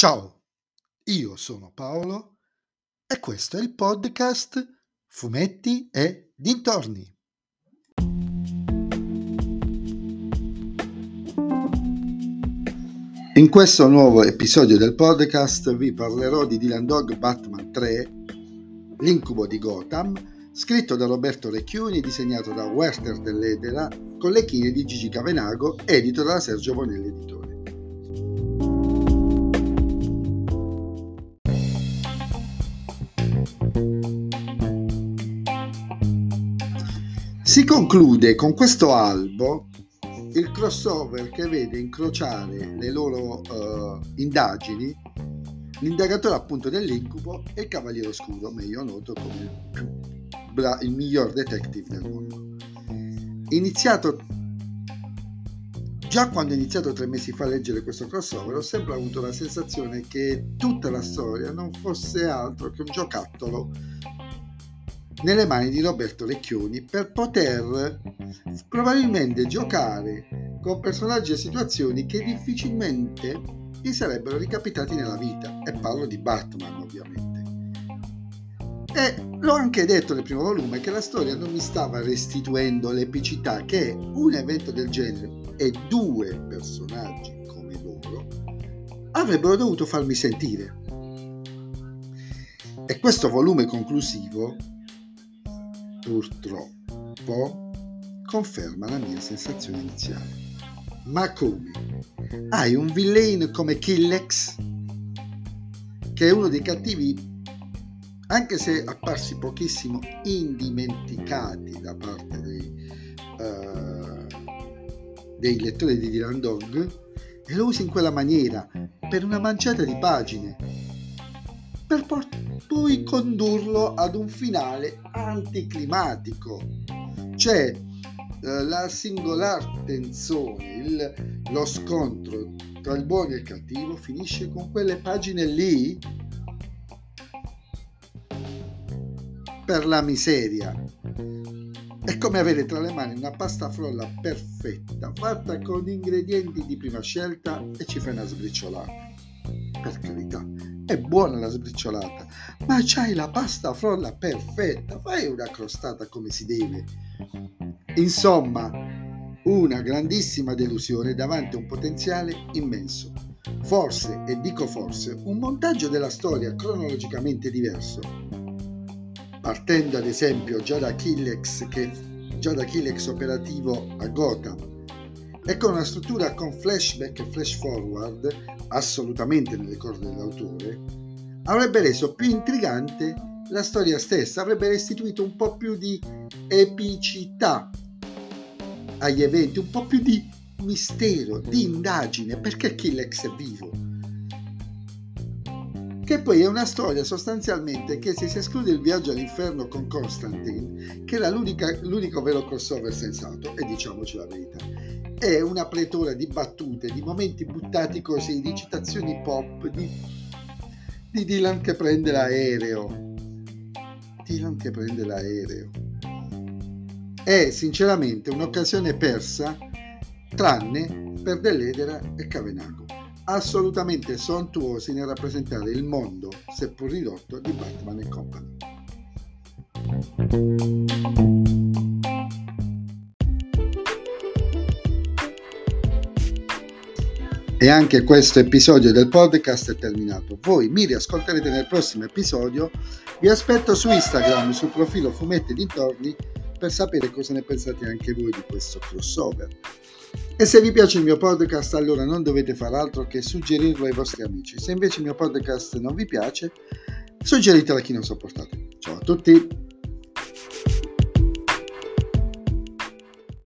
Ciao, io sono Paolo e questo è il podcast Fumetti e Dintorni. In questo nuovo episodio del podcast vi parlerò di Dylan Dog Batman 3, L'incubo di Gotham, scritto da Roberto Recchioni e disegnato da Werther Dell'Edera, con le chine di Gigi Cavenago, edito da Sergio Bonelli Editore. Si conclude con questo albo il crossover che vede incrociare le loro indagini l'indagatore appunto dell'incubo e il Cavaliere Oscuro, meglio noto come il miglior detective del mondo. Già quando ho iniziato 3 mesi fa a leggere questo crossover ho sempre avuto la sensazione che tutta la storia non fosse altro che un giocattolo nelle mani di Roberto Recchioni per poter probabilmente giocare con personaggi e situazioni che difficilmente gli sarebbero ricapitati nella vita, e parlo di Batman ovviamente. E l'ho anche detto nel primo volume che la storia non mi stava restituendo l'epicità che un evento del genere e 2 personaggi come loro avrebbero dovuto farmi sentire. E questo volume conclusivo purtroppo conferma la mia sensazione iniziale. Ma come? Hai un villain come Killex, che è uno dei cattivi, anche se apparsi pochissimo, indimenticati da parte dei lettori di Dylan Dog, e lo usi in quella maniera per una manciata di pagine per poi condurlo ad un finale anticlimatico. Cioè la singolar tensione, lo scontro tra il buono e il cattivo finisce con quelle pagine lì per la miseria. È come avere tra le mani una pasta frolla perfetta, fatta con ingredienti di prima scelta, e ci fai una sbriciolata. Per carità, è buona la sbriciolata, ma c'hai la pasta frolla perfetta, fai una crostata come si deve. Insomma, una grandissima delusione davanti a un potenziale immenso. Forse, e dico forse, un montaggio della storia cronologicamente diverso, partendo ad esempio già da Killex operativo a Gotham, e con una struttura con flashback e flash forward assolutamente nelle corde dell'autore, avrebbe reso più intrigante la storia stessa, avrebbe restituito un po' più di epicità agli eventi, un po' più di mistero, di indagine, perché Killex è vivo. Che poi è una storia sostanzialmente che, se si esclude il viaggio all'inferno con Constantine, che era l'unico vero crossover sensato, e diciamoci la verità, è una pletora di battute, di momenti buttati così, di citazioni pop, di Dylan che prende l'aereo. È sinceramente un'occasione persa, tranne per Dell'Edera e Cavenago, assolutamente sontuosi nel rappresentare il mondo, seppur ridotto, di Batman e Company. E anche questo episodio del podcast è terminato. Voi mi riascolterete nel prossimo episodio. Vi aspetto su Instagram, sul profilo Fumetti e Dintorni, per sapere cosa ne pensate anche voi di questo crossover. E se vi piace il mio podcast, allora non dovete fare altro che suggerirlo ai vostri amici. Se invece il mio podcast non vi piace, suggeritelo a chi non sopportate. Ciao a tutti!